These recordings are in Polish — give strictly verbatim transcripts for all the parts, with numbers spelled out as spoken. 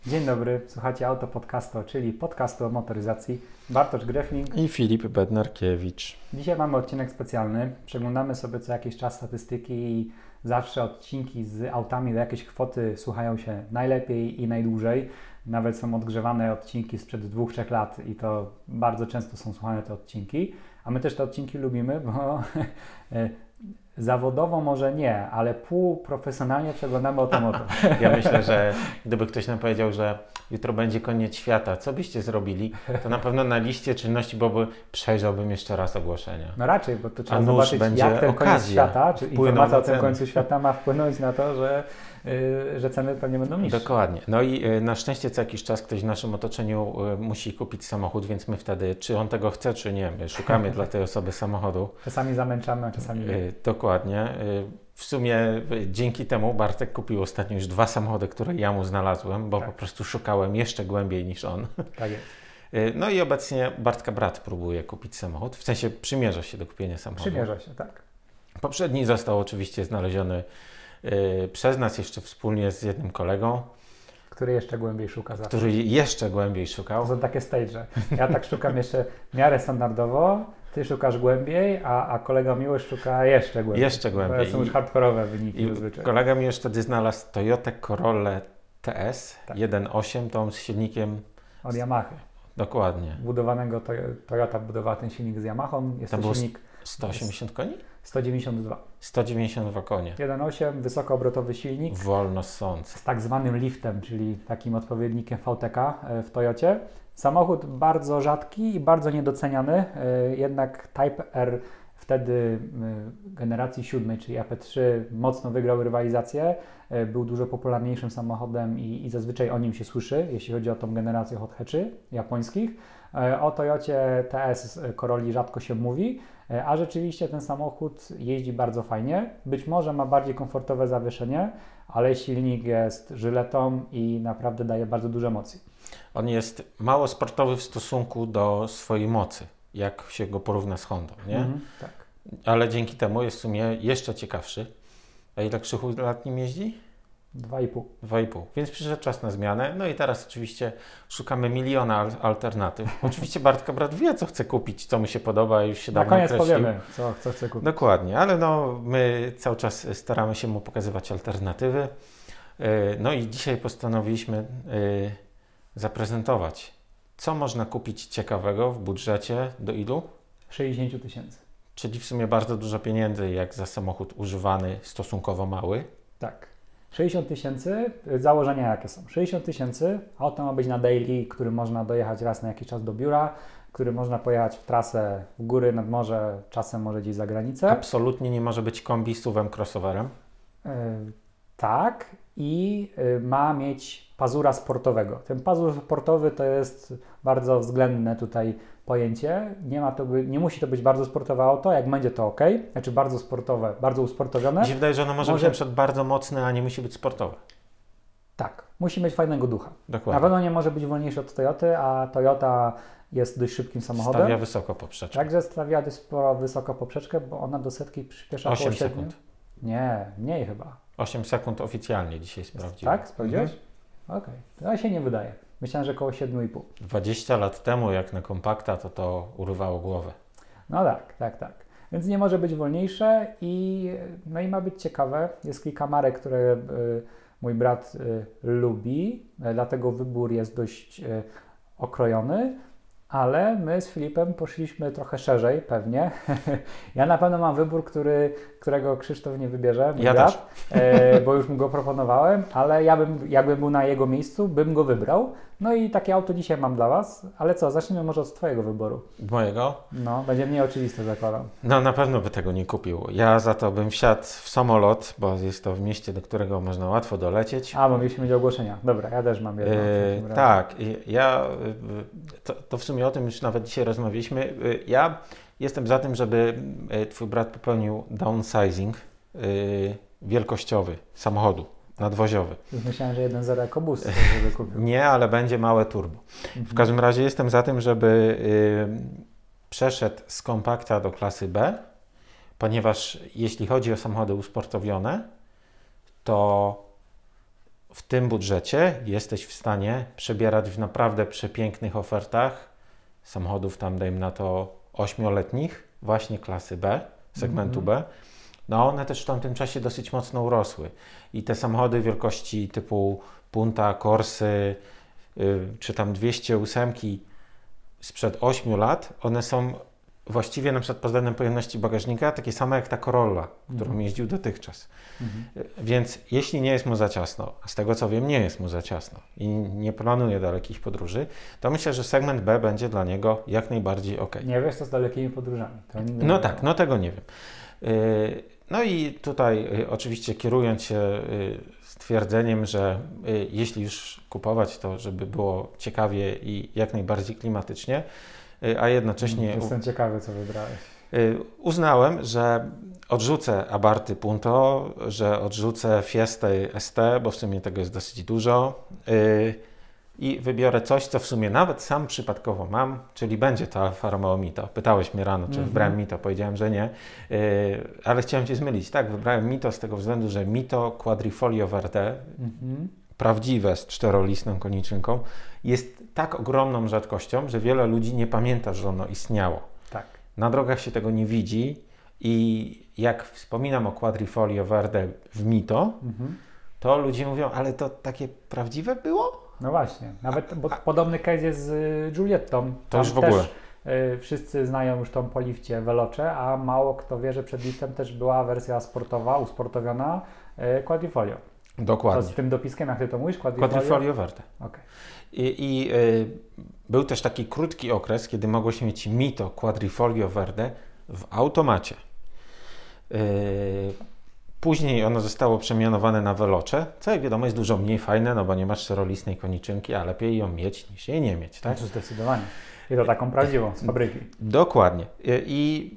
Dzień dobry, słuchacie Autopodcastu, czyli podcastu o motoryzacji. Bartosz Grefling i Filip Bednarkiewicz. Dzisiaj mamy odcinek specjalny. Przeglądamy sobie co jakiś czas statystyki i zawsze odcinki z autami do jakiejś kwoty słuchają się najlepiej i najdłużej. Nawet są odgrzewane odcinki sprzed dwóch, trzech lat i to bardzo często są słuchane te odcinki. A my też te odcinki lubimy, bo zawodowo może nie, ale półprofesjonalnie przeglądamy Automoto. Ja myślę, że gdyby ktoś nam powiedział, że jutro będzie koniec świata, co byście zrobili, to na pewno na liście czynności byłoby przejrzałbym jeszcze raz ogłoszenia. No raczej, bo to trzeba A zobaczyć, będzie jak ten okazja koniec świata, czy wpłyną informacja na o tym ceny. końcu świata ma wpłynąć na to, że, yy, że ceny pewnie będą niższe. Dokładnie. No i y, na szczęście co jakiś czas ktoś w naszym otoczeniu y, musi kupić samochód, więc my wtedy, czy on tego chce, czy nie, my szukamy dla tej osoby samochodu. Czasami zamęczamy, a czasami nie. Y, dokładnie. Y, w sumie y, dzięki temu Bartek kupił ostatnio już dwa samochody, które ja mu znalazłem, bo Tak. po prostu szukałem jeszcze głębiej niż on. Tak jest. Y, no i obecnie Bartka brat próbuje kupić samochód, w sensie przymierza się do kupienia samochodu. Przymierza się, tak. Poprzedni został oczywiście znaleziony y, przez nas jeszcze wspólnie z jednym kolegą, Który jeszcze głębiej szuka zawsze. który jeszcze głębiej To szukał. są takie stage. Ja tak szukam jeszcze w miarę standardowo, ty szukasz głębiej, a, a kolega Miłosz szuka jeszcze głębiej. Jeszcze głębiej. To są już hardkorowe wyniki I zazwyczaj. kolega mi już wtedy znalazł Toyota Corolla T S Tak. jeden osiem, tą z silnikiem, Od Yamahy. dokładnie, Budowanego to, Toyota budowała ten silnik z Yamahą. Jest Tam to było silnik sto osiemdziesiąt koni? sto dziewięćdziesiąt dwa. sto dziewięćdziesiąt dwa konie. jeden osiem, wysokoobrotowy silnik Wolno ssący. z tak zwanym liftem, czyli takim odpowiednikiem V T K w Toyocie. Samochód bardzo rzadki i bardzo niedoceniany, jednak Type R wtedy generacji siódmej, czyli A P trzy, mocno wygrał rywalizację, był dużo popularniejszym samochodem i, i zazwyczaj o nim się słyszy, jeśli chodzi o tą generację hot hatchy japońskich. O Toyocie T S Corolli rzadko się mówi, a rzeczywiście ten samochód jeździ bardzo fajnie. Być może ma bardziej komfortowe zawieszenie, ale silnik jest żyletą i naprawdę daje bardzo dużo emocji. On jest mało sportowy w stosunku do swojej mocy, jak się go porówna z Hondą, nie? Mhm, tak. Ale dzięki temu jest w sumie jeszcze ciekawszy. A ile Krzychu lat nim jeździ? Dwa i pół. Dwa i pół. Więc przyszedł czas na zmianę. No i teraz oczywiście szukamy miliona al- alternatyw. Oczywiście Bartka brat wie, co chce kupić, co mu się podoba, już się Na dawno koniec określił. powiemy, co, co chcę kupić. Dokładnie, ale no my cały czas staramy się mu pokazywać alternatywy. Yy, No i dzisiaj postanowiliśmy yy, zaprezentować, co można kupić ciekawego w budżecie do ilu? sześćdziesiąt tysięcy. Czyli w sumie bardzo dużo pieniędzy jak za samochód używany, stosunkowo mały. Tak. sześćdziesiąt tysięcy, założenia jakie są? sześćdziesiąt tysięcy, auto ma być na daily, który można dojechać raz na jakiś czas do biura, który można pojechać w trasę w góry, nad morze, czasem może gdzieś za granicę. Absolutnie nie może być kombi z suwem crossoverem. Yy, tak i yy, ma mieć pazura sportowego. Ten pazur sportowy to jest bardzo względne tutaj pojęcie. Nie, ma to by, nie musi to być bardzo sportowe auto, jak będzie to ok, znaczy bardzo sportowe, bardzo usportowione. Mi się wydaje, że ono może, Może- być na przykład bardzo mocne, a nie musi być sportowe. Tak, musi mieć fajnego ducha. Na Dokładnie. pewno nie może być wolniejszy od Toyoty, a Toyota jest dość szybkim samochodem. Stawia wysoko poprzeczkę. Także stawia dość sporo wysoko poprzeczkę, bo ona do setki przyspiesza około osiem siedmiu. sekund. Nie, mniej chyba. osiem sekund oficjalnie dzisiaj sprawdziłem. Tak? Sprawdziłeś? Okej, to się nie wydaje. Myślałem, że około siedmiu i pół. dwadzieścia lat temu, jak na kompakta, to to urywało głowę. No tak, tak, tak. Więc nie może być wolniejsze i, no i ma być ciekawe. Jest kilka marek, które y, mój brat y, lubi, y, dlatego wybór jest dość y, okrojony, ale my z Filipem poszliśmy trochę szerzej pewnie. Ja na pewno mam wybór, który, którego Krzysztof nie wybierze, mój Ja brat, y, bo już mu go proponowałem, ale ja bym, jakbym był na jego miejscu, bym go wybrał. No i takie auto dzisiaj mam dla Was, ale co, zacznijmy może od Twojego wyboru. Mojego? No, będzie mniej oczywiste, zakładam. No na pewno by tego nie kupił. Ja za to bym wsiadł w samolot, bo jest to w mieście, do którego można łatwo dolecieć. A, bo mieliśmy mieć ogłoszenia. Dobra, ja też mam jedno. w Yy, takim razie. tak, i- ja yy, to, to w sumie o tym już nawet dzisiaj rozmawialiśmy. Yy, Ja jestem za tym, żeby yy, twój brat popełnił downsizing yy, wielkościowy samochodu nadwoziowy. Już myślałem, że jeden zero ekobus, żeby kupił. Nie, ale będzie małe turbo. W każdym razie jestem za tym, żeby yy, przeszedł z kompakta do klasy B, ponieważ jeśli chodzi o samochody usportowione, to w tym budżecie jesteś w stanie przebierać w naprawdę przepięknych ofertach samochodów tam, dajmy na to, ośmioletnich, właśnie klasy B, segmentu mm-hmm. B. No one też w tamtym czasie dosyć mocno urosły. I te samochody wielkości typu Punta, Corsy, yy, czy tam dwieście osiem sprzed ośmiu lat, one są właściwie na przykład pod względem pojemności bagażnika takie same jak ta Corolla, którą mhm. jeździł dotychczas. Mhm. Więc jeśli nie jest mu za ciasno, a z tego co wiem nie jest mu za ciasno i nie planuje dalekich podróży, to myślę, że segment B będzie dla niego jak najbardziej ok. Nie wiesz co z dalekimi podróżami. To no tak, wiem. no tego nie wiem. No i tutaj oczywiście kierując się stwierdzeniem, że jeśli już kupować, to żeby było ciekawie i jak najbardziej klimatycznie, a jednocześnie... Jestem ciekawy, co wybrałeś. Uznałem, że odrzucę Abarty Punto, że odrzucę Fiestę S T, bo w sumie tego jest dosyć dużo i wybiorę coś, co w sumie nawet sam przypadkowo mam, czyli będzie to Alfa Romeo Mito. Pytałeś mnie rano, czy mm-hmm. wybrałem Mito, powiedziałem, że nie, ale chciałem Cię zmylić. Tak, wybrałem Mito z tego względu, że Mito Quadrifoglio Verde, mm-hmm. prawdziwe z czterolistną koniczynką, jest tak ogromną rzadkością, że wiele ludzi nie pamięta, że ono istniało. Tak. Na drogach się tego nie widzi i jak wspominam o Quadrifoglio Verde w Mito, mhm. to ludzie mówią, ale to takie prawdziwe było? No właśnie, nawet bo a, podobny case jest z Giuliettą. To już w ogóle. Y, wszyscy znają już tą po lifcie Veloce, a mało kto wie, że przed liftem też była wersja sportowa, usportowiona y, Quadrifoglio. Dokładnie. To z tym dopiskiem, jak Ty to mówisz? Quadrifoglio, Quadrifoglio Verde. Okay. I, i y, był też taki krótki okres, kiedy mogłeś mieć Mito Quadrifoglio Verde w automacie. Y, później ono zostało przemianowane na Veloce, co jak wiadomo jest dużo mniej fajne, no bo nie masz czterolistnej koniczynki, a lepiej ją mieć niż jej nie mieć. Tak? To zdecydowanie. I to taką prawdziwą z fabryki. Dokładnie. I, i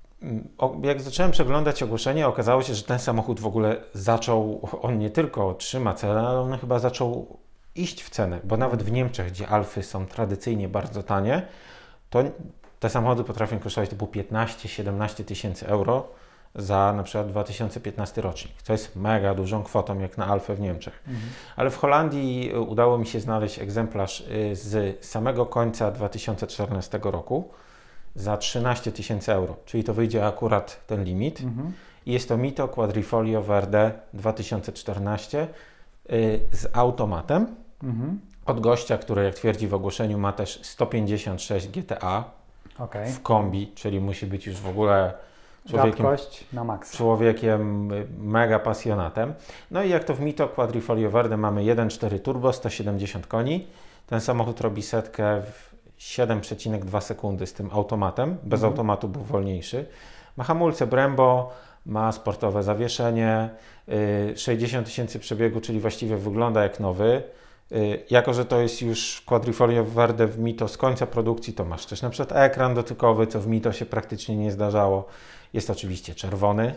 o, jak zacząłem przeglądać ogłoszenie, okazało się, że ten samochód w ogóle zaczął, on nie tylko trzyma cenę, ale on chyba zaczął iść w cenę, bo nawet w Niemczech, gdzie Alfy są tradycyjnie bardzo tanie, to te samochody potrafią kosztować typu piętnaście siedemnaście tysięcy euro za na przykład dwa tysiące piętnasty rocznik, co jest mega dużą kwotą jak na Alfę w Niemczech. Mhm. Ale w Holandii udało mi się znaleźć egzemplarz z samego końca dwa tysiące czternastego roku za trzynaście tysięcy euro, czyli to wyjdzie akurat ten limit. Mhm. I jest to Mito Quadrifoglio Verde dwa tysiące czternaście yy, z automatem. Mhm. Od gościa, który jak twierdzi w ogłoszeniu ma też sto pięćdziesiąt sześć G T A okay. w kombi, czyli musi być już w ogóle człowiekiem, na maksa. człowiekiem mega pasjonatem. No i jak to w Mito Quadrifoglio Verde mamy jeden przecinek cztery turbo, sto siedemdziesiąt koni. Ten samochód robi setkę w siedem przecinek dwa sekundy z tym automatem. Bez mhm. automatu był wolniejszy. Ma hamulce Brembo, ma sportowe zawieszenie, yy, sześćdziesiąt tysięcy przebiegu, czyli właściwie wygląda jak nowy. Yy, jako, że to jest już Quadrifoglio Verde w Mito z końca produkcji, to masz też na przykład ekran dotykowy, co w Mito się praktycznie nie zdarzało. Jest oczywiście czerwony.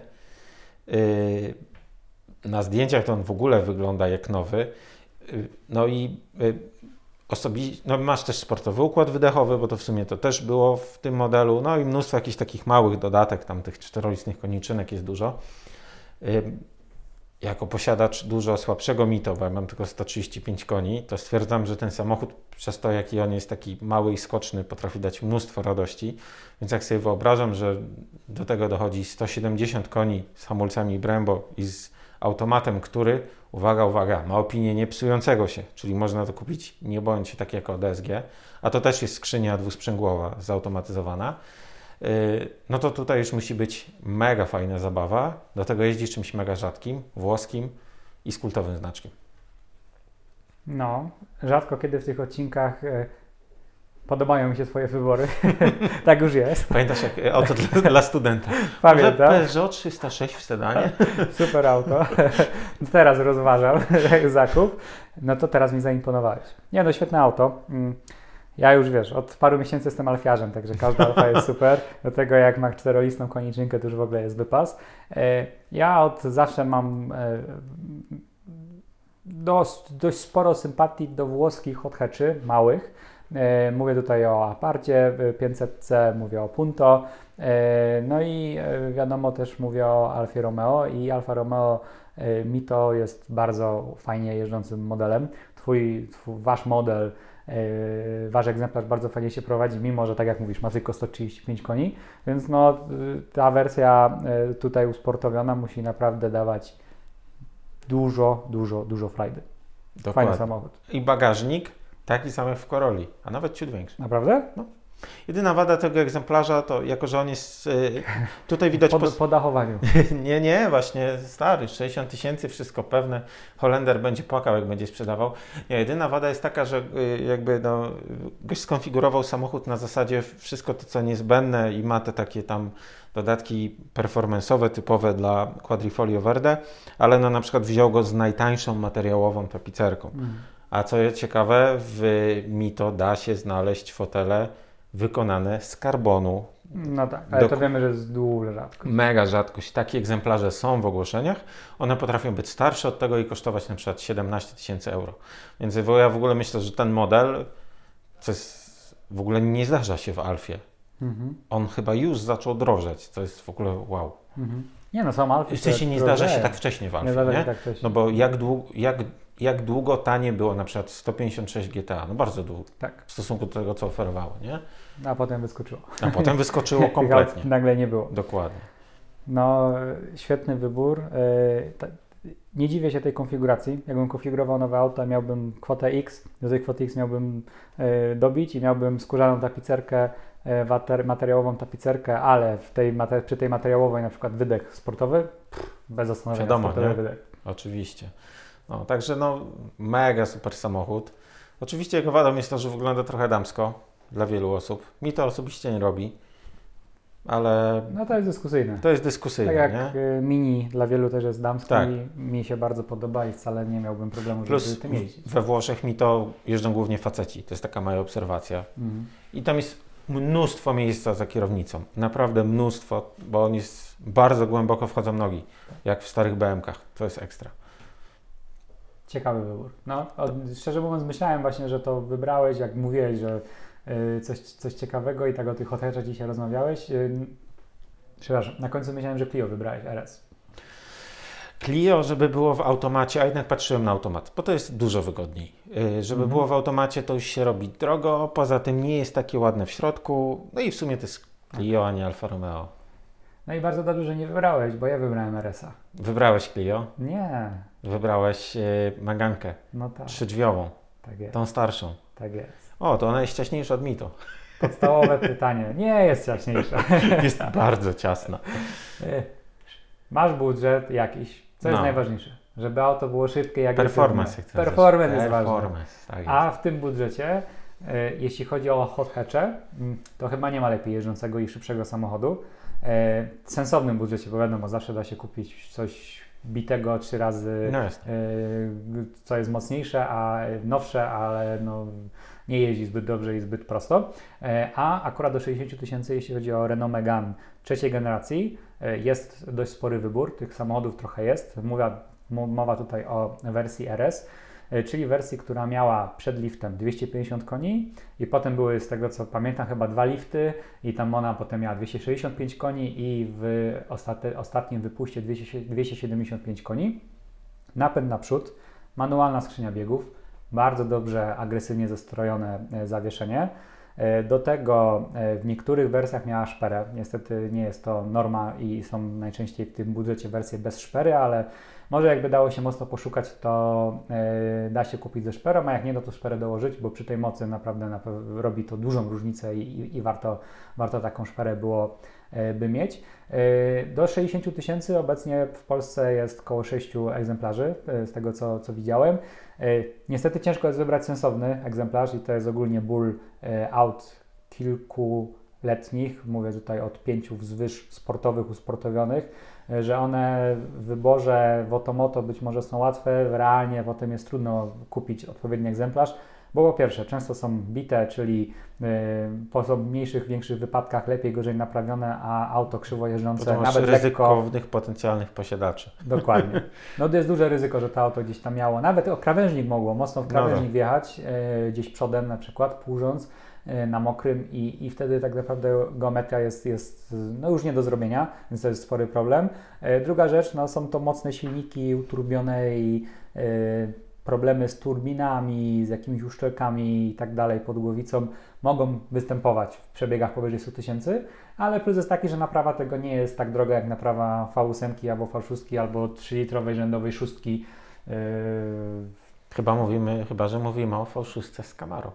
Yy, na zdjęciach to on w ogóle wygląda jak nowy. Yy, no i yy, Osobi- no masz też sportowy układ wydechowy, bo to w sumie to też było w tym modelu, no i mnóstwo jakichś takich małych dodatek, tam tych czterolistnych koniczynek jest dużo. Yy, jako posiadacz dużo słabszego Mito, bo ja mam tylko sto trzydzieści pięć koni, to stwierdzam, że ten samochód przez to, jaki on jest taki mały i skoczny, potrafi dać mnóstwo radości, więc jak sobie wyobrażam, że do tego dochodzi sto siedemdziesiąt koni z hamulcami Brembo i z automatem, który, uwaga, uwaga, ma opinię niepsującego się, czyli można to kupić nie bojąc się tak jak o D S G, a to też jest skrzynia dwusprzęgłowa zautomatyzowana, yy, no to tutaj już musi być mega fajna zabawa, do tego jeździ czymś mega rzadkim, włoskim i z kultowym znaczkiem. No, rzadko kiedy w tych odcinkach yy, podobają mi się Twoje wybory. Tak już jest. Pamiętasz jak auto dla, dla studenta? Pamiętam. Peugeot trzysta sześć w sedanie. Super auto. Teraz rozważam zakup. No to teraz mi zaimponowałeś. Nie no, świetne auto. Ja już wiesz, od paru miesięcy jestem alfiarzem, także każda alfa jest super. Do tego jak ma czterolistną koniczynkę, to już w ogóle jest wypas. Ja od zawsze mam dość, dość sporo sympatii do włoskich hot hatchy, małych. Mówię tutaj o Abarcie pięćset C, mówię o Punto, no i wiadomo też mówię o Alfie Romeo i Alfa Romeo Mito jest bardzo fajnie jeżdżącym modelem. Twój, twój wasz model, wasz egzemplarz bardzo fajnie się prowadzi, mimo że tak jak mówisz, ma tylko sto trzydzieści pięć koni, więc no, ta wersja tutaj usportowiona musi naprawdę dawać dużo, dużo, dużo frajdy. Dokładnie. Fajny samochód. I bagażnik taki sam jak w Corolli, a nawet ciut większy. Naprawdę? No. Jedyna wada tego egzemplarza to, jako że on jest, y, tutaj widać... Po, po, po dachowaniu. nie, nie, właśnie stary, sześćdziesiąt tysięcy, wszystko pewne. Holender będzie płakał, jak będzie sprzedawał. Nie, jedyna wada jest taka, że y, jakby no, gość skonfigurował samochód na zasadzie wszystko to, co niezbędne i ma te takie tam dodatki performance'owe typowe dla Quadrifoglio Verde, ale no na przykład wziął go z najtańszą materiałową tapicerką. Mm. A co jest ciekawe, w Mito da się znaleźć fotele wykonane z karbonu. No tak, ale to wiemy, że jest dużo rzadko. Mega rzadkość. Takie egzemplarze są w ogłoszeniach. One potrafią być starsze od tego i kosztować na przykład siedemnaście tysięcy euro. Więc ja w ogóle myślę, że ten model, co jest, w ogóle nie zdarza się w Alfie. Mhm. On chyba już zaczął drożeć, co jest w ogóle wow. Mhm. Nie no, są Alfy. W sensie nie zdarza się tak wcześnie w Alfie, nie? nie? Tak wcześnie. No bo jak długo, jak, jak długo tanie było na przykład sto pięćdziesiąt sześć G T A? No bardzo długo. Tak. W stosunku do tego, co oferowało, nie? A potem wyskoczyło. A potem wyskoczyło kompletnie. Nagle nie było. Dokładnie. No, świetny wybór. Nie dziwię się tej konfiguracji. Jakbym konfigurował nowe auto, miałbym kwotę X, do tej kwoty X miałbym dobić i miałbym skórzaną tapicerkę, materiałową tapicerkę, ale w tej, przy tej materiałowej na przykład wydech sportowy, pff, bez zastanowienia. Wiadomo, sportowy nie? wydech. Oczywiście. No, także no, mega super samochód. Oczywiście jego wadą jest to, że wygląda trochę damsko dla wielu osób. Mi to osobiście nie robi, ale... No to jest dyskusyjne. To jest dyskusyjne, tak jak nie? Mini dla wielu też jest damski, tak. Mi się bardzo podoba i wcale nie miałbym problemu, Plus żeby tym jeździć. we Włoszech mi to jeżdżą głównie faceci. To jest taka moja obserwacja. Mhm. I tam jest mnóstwo miejsca za kierownicą. Naprawdę mnóstwo, bo on jest bardzo głęboko wchodzą nogi, jak w starych B M kach. To jest ekstra. Ciekawy wybór. No, od, szczerze mówiąc myślałem właśnie, że to wybrałeś, jak mówiłeś, że y, coś, coś ciekawego i tak o tych hotelach dzisiaj rozmawiałeś. Y, przepraszam, na końcu myślałem, że Clio wybrałeś R S. Clio, żeby było w automacie, a jednak patrzyłem na automat, bo to jest dużo wygodniej. Yy, żeby mhm. było w automacie, to już się robi drogo, poza tym nie jest takie ładne w środku, no i w sumie to jest Clio, a nie Alfa Romeo. No i bardzo dobrze, że nie wybrałeś, bo ja wybrałem R S-a. Wybrałeś Clio? Nie. Wybrałeś yy, Magankę, no tak. trzydrzwiową, tak jest. tą starszą. Tak jest. O, to ona jest ciaśniejsza od Mito. Podstawowe pytanie. Nie jest ciaśniejsza. Jest bardzo ciasna. Masz budżet jakiś. Co jest no. najważniejsze? Żeby auto było szybkie, jak performance. Jest performance jest performance, ważny. Tak jest. A w tym budżecie, y, jeśli chodzi o hot hatche, y, to chyba nie ma lepiej jeżdżącego i szybszego samochodu. Y, w sensownym budżecie, bo wiadomo, zawsze da się kupić coś bitego trzy razy, no y, co jest mocniejsze, a nowsze, ale no, nie jeździ zbyt dobrze i zbyt prosto. Y, a akurat do sześćdziesiąt tysięcy, jeśli chodzi o Renault Megane trzeciej generacji, jest dość spory wybór, tych samochodów trochę jest. Mowa, mowa tutaj o wersji R S, czyli wersji, która miała przed liftem dwieście pięćdziesiąt koni i potem były, z tego co pamiętam, chyba dwa lifty i tam ona potem miała dwieście sześćdziesiąt pięć koni i w ostate, ostatnim wypuście dwieście siedemdziesiąt pięć koni. Napęd naprzód, manualna skrzynia biegów, bardzo dobrze, agresywnie zestrojone zawieszenie. Do tego w niektórych wersjach miała szperę. Niestety nie jest to norma i są najczęściej w tym budżecie wersje bez szpery, ale może jakby dało się mocno poszukać, to yy, da się kupić ze szperą, a jak nie, to, to szperę dołożyć, bo przy tej mocy naprawdę, naprawdę robi to dużą różnicę i, i, i warto, warto taką szperę było yy, by mieć. Yy, do sześćdziesiąt tysięcy obecnie w Polsce jest około sześciu egzemplarzy, yy, z tego co, co widziałem. Yy, niestety ciężko jest wybrać sensowny egzemplarz i to jest ogólnie ból yy, aut kilkuletnich, mówię tutaj od pięciu wzwyż sportowych, usportowionych, że one w wyborze w Otomoto być może są łatwe, realnie potem jest trudno kupić odpowiedni egzemplarz, bo po pierwsze często są bite, czyli yy, po mniejszych, większych wypadkach lepiej, gorzej naprawione, a auto krzywo jeżdżące to nawet ryzykownych lekko... potencjalnych posiadaczy. Dokładnie. No to jest duże ryzyko, że to auto gdzieś tam miało, nawet o krawężnik mogło mocno w krawężnik no wjechać, yy, gdzieś przodem na przykład, płużąc. na mokrym i, i wtedy tak naprawdę geometria jest, jest no już nie do zrobienia, więc to jest spory problem. Druga rzecz, no są to mocne silniki uturbione i yy, problemy z turbinami, z jakimiś uszczelkami i tak dalej pod głowicą mogą występować w przebiegach powyżej stu tysięcy, ale plus jest taki, że naprawa tego nie jest tak droga jak naprawa V osiem albo V sześć albo trzylitrowej rzędowej szóstki. Yy... Chyba mówimy, chyba że mówimy o V sześć z Camaro.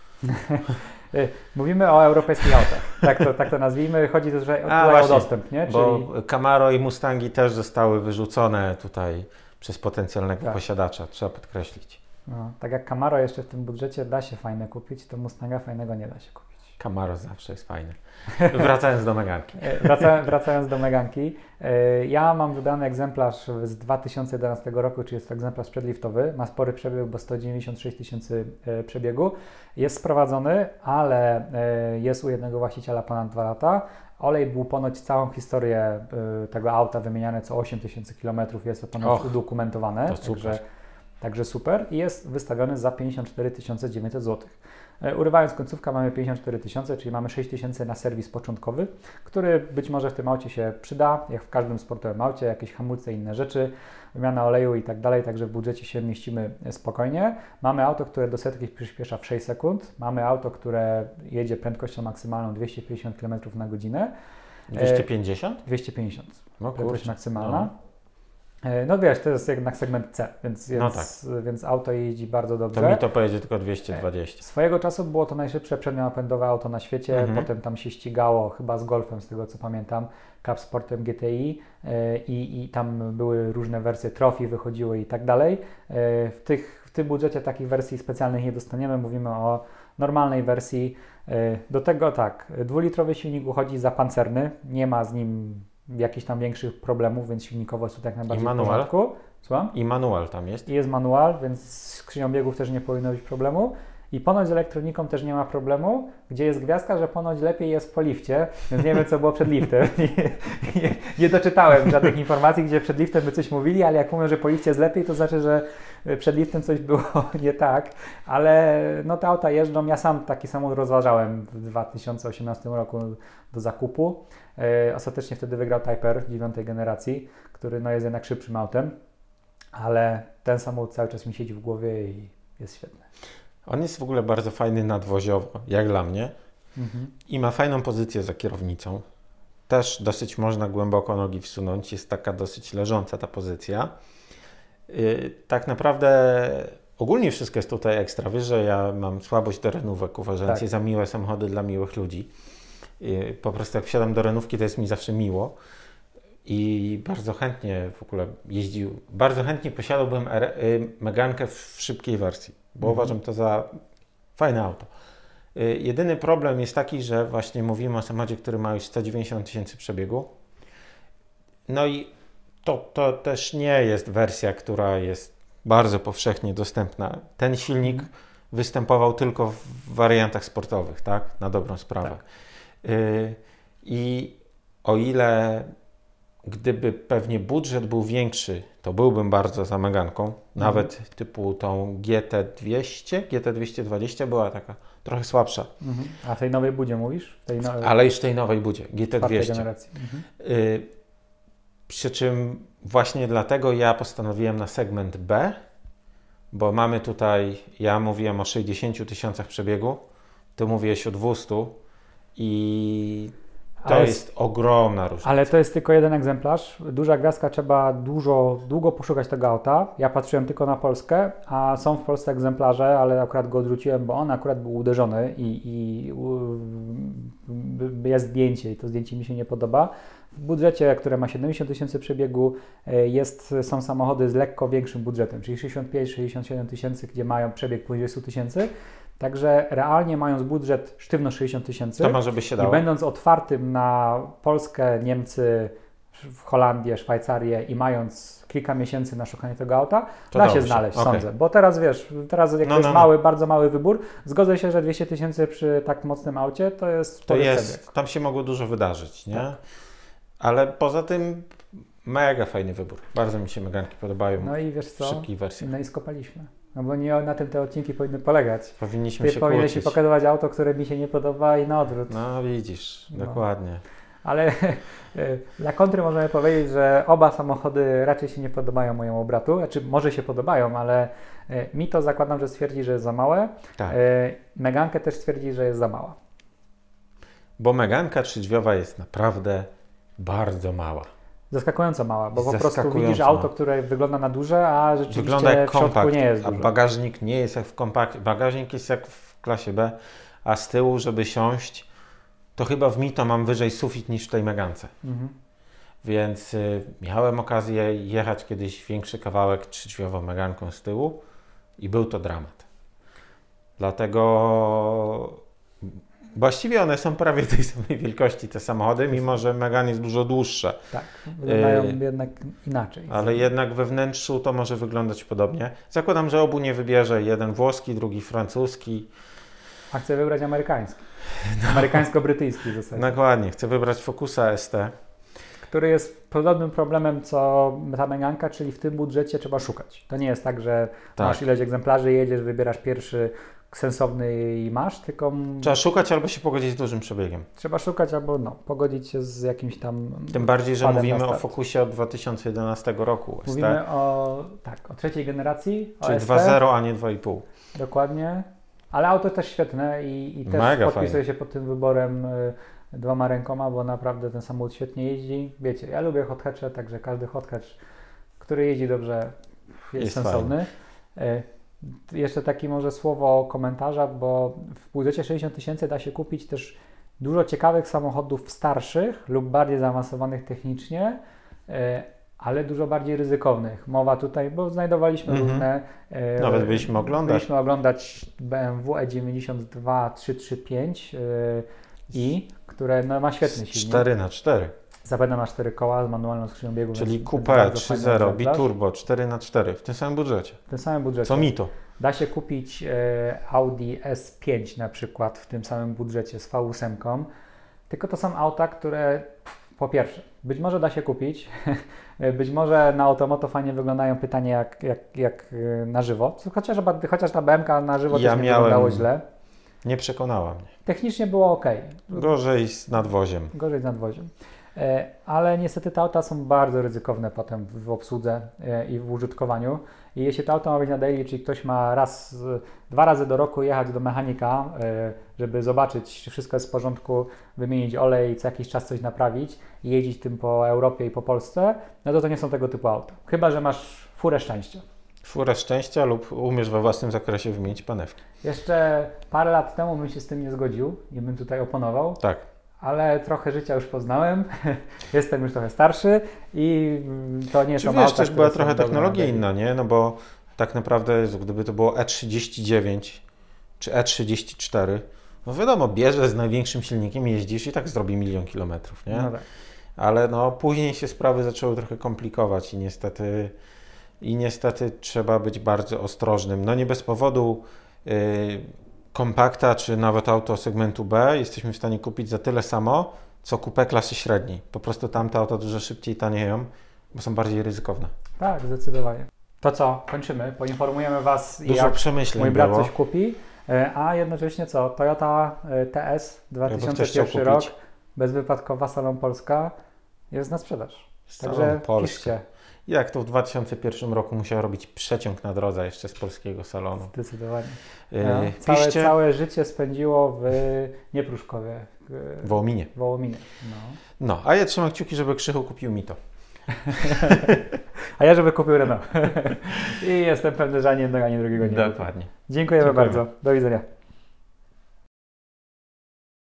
Mówimy o europejskich autach, tak to, tak to nazwijmy. Chodzi też o, A, o właśnie, dostęp, nie? Bo Czyli... Camaro i Mustangi też zostały wyrzucone tutaj przez potencjalnego tak. posiadacza, trzeba podkreślić. No, tak jak Camaro jeszcze w tym budżecie da się fajne kupić, to Mustanga fajnego nie da się kupić. Camaro zawsze jest fajny. Wracając do Meganki. Wraca, wracając do Meganki. Ja mam wybrany egzemplarz z dwa tysiące jedenastego roku, czyli jest to egzemplarz przedliftowy. Ma spory przebieg, bo sto dziewięćdziesiąt sześć tysięcy przebiegu. Jest sprowadzony, ale jest u jednego właściciela ponad dwa lata. Olej był ponoć całą historię tego auta wymieniany co osiem tysięcy kilometrów. Jest to ponoć Och, udokumentowane. to super. Także, także super. I jest wystawiony za pięćdziesiąt cztery tysiące dziewięćset złotych. Urywając końcówkę mamy pięćdziesiąt cztery tysiące, czyli mamy sześć tysięcy na serwis początkowy, który być może w tym aucie się przyda, jak w każdym sportowym aucie, jakieś hamulce, inne rzeczy, wymiana oleju i tak dalej, także w budżecie się mieścimy spokojnie. Mamy auto, które do setki przyspiesza w sześć sekund, mamy auto, które jedzie prędkością maksymalną dwieście pięćdziesiąt kilometrów na godzinę. dwieście pięćdziesiąt? dwieście pięćdziesiąt, no, prędkość kurczę. maksymalna. No. No wiesz, to jest jednak segment C, więc, więc, no tak. więc auto jeździ bardzo dobrze. To mi to pojedzie tylko dwieście dwadzieścia. Swojego czasu było to najszybsze przedniopędowe auto na świecie, Mhm. potem tam się ścigało chyba z Golfem, z tego co pamiętam, Cup Sportem G T I i, i tam były różne wersje Trophy wychodziły i tak dalej. W, tych, w tym budżecie takich wersji specjalnych nie dostaniemy, mówimy o normalnej wersji. Do tego tak, dwulitrowy silnik uchodzi za pancerny, nie ma z nim jakichś tam większych problemów, więc silnikowo jest to tak najbardziej w porządku. Słucham? I manual tam jest? I jest manual, więc z skrzynią biegów też nie powinno być problemu. I ponoć z elektroniką też nie ma problemu, gdzie jest gwiazdka, że ponoć lepiej jest po lifcie, więc nie wiem, co było przed liftem. nie, nie, nie doczytałem żadnych informacji, gdzie przed liftem by coś mówili, ale jak mówią, że po lifcie jest lepiej, to znaczy, że przed liftem coś było nie tak. Ale no te auta jeżdżą, ja sam taki samochód rozważałem w dwa tysiące osiemnastym roku do zakupu. E, ostatecznie wtedy wygrał Type R dziewiątej generacji, który no jest jednak szybszym autem, ale ten samochód cały czas mi siedzi w głowie i jest świetny. On jest w ogóle bardzo fajny nadwoziowo, jak dla mnie. Mhm. I ma fajną pozycję za kierownicą. Też dosyć można głęboko nogi wsunąć. Jest taka dosyć leżąca ta pozycja. Yy, tak naprawdę ogólnie wszystko jest tutaj ekstra. Wiesz, że ja mam słabość do renówek, uważając tak. je za miłe samochody dla miłych ludzi. Yy, po prostu jak wsiadam do renówki, to jest mi zawsze miło. I bardzo chętnie w ogóle jeździł, bardzo chętnie posiadałbym R- Megankę w szybkiej wersji, bo mhm. uważam to za fajne auto. Y, jedyny problem jest taki, że właśnie mówimy o samochodzie, który ma już sto dziewięćdziesiąt tysięcy przebiegu. No i to, to też nie jest wersja, która jest bardzo powszechnie dostępna. Ten silnik mhm. występował tylko w wariantach sportowych, tak? Na dobrą sprawę. Tak. Y, I o ile gdyby pewnie budżet był większy, to byłbym bardzo za Meganką. Mhm. Nawet typu tą G T dwieście, G T dwieście dwadzieścia była taka trochę słabsza. Mhm. A w tej nowej budzie mówisz? W tej nowej... Ale już w tej nowej budzie, G T dwieście. Generacji. Mhm. Y, przy czym właśnie dlatego ja postanowiłem na segment B, bo mamy tutaj, ja mówiłem o sześćdziesięciu tysiącach przebiegu, ty mówiłeś o dwustu i to jest, jest ogromna różnica. Ale to jest tylko jeden egzemplarz. Duża gwiazdka, trzeba dużo, długo poszukać tego auta. Ja patrzyłem tylko na Polskę, a są w Polsce egzemplarze, ale akurat go odrzuciłem, bo on akurat był uderzony i, i u, jest zdjęcie i to zdjęcie mi się nie podoba. W budżecie, które ma siedemdziesiąt tysięcy przebiegu, jest, są samochody z lekko większym budżetem, czyli sześćdziesiąt pięć sześćdziesiąt siedem tysięcy, gdzie mają przebieg poniżej stu tysięcy. Także realnie mając budżet sztywno sześćdziesiąt tysięcy to może by się dało. I będąc otwartym na Polskę, Niemcy, Holandię, Szwajcarię i mając kilka miesięcy na szukanie tego auta, to da dobrze. się znaleźć, okay. sądzę. Bo teraz wiesz, teraz jak no, jest no, mały, no. bardzo mały wybór, zgodzę się, że dwieście tysięcy przy tak mocnym aucie to jest to jest, przebieg. Tam się mogło dużo wydarzyć, nie? Tak. Ale poza tym mega fajny wybór. Bardzo mi się Meganki podobają no i wiesz co? w szybkich wersjach. No i skopaliśmy. No bo nie na tym te odcinki powinny polegać. Powinniśmy Ty się powinieneś kłócić. mi pokazywać auto, które mi się nie podoba i na odwrót. No widzisz, No. dokładnie. Ale dla kontry możemy powiedzieć, że oba samochody raczej się nie podobają mojemu bratu. Znaczy może się podobają, ale mi to zakładam, że stwierdzi, że jest za małe. Tak. Megankę też stwierdzi, że jest za mała. Bo Meganka trzydrzwiowa jest naprawdę bardzo mała. Zaskakująco mała, bo po prostu Zaskakująco widzisz mała. auto, które wygląda na duże, a rzeczywiście Wygląda jak w środku kompakt, nie jest a duże. bagażnik nie jest jak w kompakcie. Bagażnik jest jak w klasie B, a z tyłu, żeby siąść, to chyba w Mito mam wyżej sufit niż w tej Megance. Mhm. Więc y, miałem okazję jechać kiedyś większy kawałek trzydrzwiową Meganką z tyłu i był to dramat. Dlatego właściwie one są prawie tej samej wielkości, te samochody, mimo że Megane jest dużo dłuższe. Tak, wyglądają Yy, jednak inaczej. Ale jednak we wnętrzu to może wyglądać podobnie. Zakładam, że obu nie wybierze, jeden włoski, drugi francuski. A chcę wybrać amerykański. Amerykańsko-brytyjski w zasadzie. Dokładnie, chcę wybrać Focusa S T. Który jest podobnym problemem co ta Meganka, czyli w tym budżecie trzeba szukać. To nie jest tak, że Tak. masz ileś egzemplarzy, jedziesz, wybierasz pierwszy sensowny i masz, tylko Trzeba szukać albo się pogodzić z dużym przebiegiem. trzeba szukać albo no, pogodzić się z jakimś tam... Tym bardziej, że wpadem na mówimy o start. Focusie od dwa tysiące jedenastego roku. S T, Mówimy o, tak, o trzeciej generacji, o czyli S T, dwa zero, a nie dwa i pół. dokładnie, ale auto też świetne i, i też Mega podpisuję fajne. się pod tym wyborem y, dwoma rękoma, bo naprawdę ten samochód świetnie jeździ. Wiecie, ja lubię hot hatche, także każdy hot hatch, który jeździ dobrze, jest, Jest sensowny. Y, jeszcze taki może słowo komentarza, bo w budżecie sześćdziesiąt tysięcy da się kupić też dużo ciekawych samochodów starszych lub bardziej zaawansowanych technicznie, y, ale dużo bardziej ryzykownych. Mowa tutaj, bo znajdowaliśmy Mhm. różne... y, Nawet byliśmy oglądać. Byliśmy oglądać B M W E dziewięćdziesiąt dwa trzysta trzydzieści pięć yy, i, które no, ma świetny silnik. cztery na cztery. Zapewne ma cztery koła z manualną skrzynią biegów. Czyli więc Coupe bardzo trzy fajny zero, egzemplarz. biturbo cztery na cztery w tym samym budżecie. W tym samym budżecie. Co Mito? Da się kupić e, Audi S pięć na przykład w tym samym budżecie z V osiem, tylko to są auta, które po pierwsze, być może da się kupić, być może na Automoto fajnie wyglądają, pytanie jak, jak, jak e, na żywo, chociaż, chociaż ta B M K na żywo Ja też nie miałem- wyglądało źle. Nie przekonała mnie. Technicznie było ok. Gorzej z nadwoziem. Gorzej z nadwoziem. E, Ale niestety te auta są bardzo ryzykowne potem w obsłudze e, i w użytkowaniu. I jeśli to auto ma być na daily, czyli ktoś ma raz, z- dwa razy do roku jechać do mechanika, e, żeby zobaczyć, czy wszystko jest w porządku, wymienić olej, co jakiś czas coś naprawić i jeździć tym po Europie i po Polsce, no to to nie są tego typu auta. Chyba że masz furę szczęścia. Furę szczęścia lub umiesz we własnym zakresie wymienić panewki. Jeszcze parę lat temu bym się z tym nie zgodził i bym tutaj oponował. Tak. Ale trochę życia już poznałem, jestem już trochę starszy i mm, to nie Czy są wiesz, auta, też które była są trochę dobre technologia na daily. inna, nie? No bo tak naprawdę, Jezu, gdyby to było E trzydzieści dziewięć czy E trzydzieści cztery, no wiadomo, bierzesz z największym silnikiem, jeździsz i tak zrobi milion kilometrów, nie? No tak. Ale no później się sprawy zaczęły trochę komplikować i niestety, i niestety trzeba być bardzo ostrożnym. No nie bez powodu yy, kompakta, czy nawet auto segmentu B jesteśmy w stanie kupić za tyle samo, co coupé klasy średniej. Po prostu tamte auta dużo szybciej tanieją, bo są bardziej ryzykowne. Tak, zdecydowanie. To co, kończymy. Poinformujemy Was, Dużo jak przemyśleń mój brat było. coś kupi, e, a jednocześnie co, Toyota e, T S dwa Jakby tysiące ktoś chciał pierwszy rok, kupić. bezwypadkowa, salon Polska, jest na sprzedaż. Całą Także Polskę. piszcie, Jak to w dwa tysiące pierwszym roku musiał robić przeciąg na drodze jeszcze z polskiego salonu. zdecydowanie. Yy, No, całe, piszcie całe życie spędziło w nie Pruszkowie, w w Wołominie. Wołominie. No. No, a ja trzymam kciuki, żeby Krzychu kupił mi to. A ja, żeby kupił Renault. I jestem pewny, że ani jednego, ani drugiego nie kupię. Dokładnie. Dziękujemy Dziękujemy. bardzo. Do widzenia.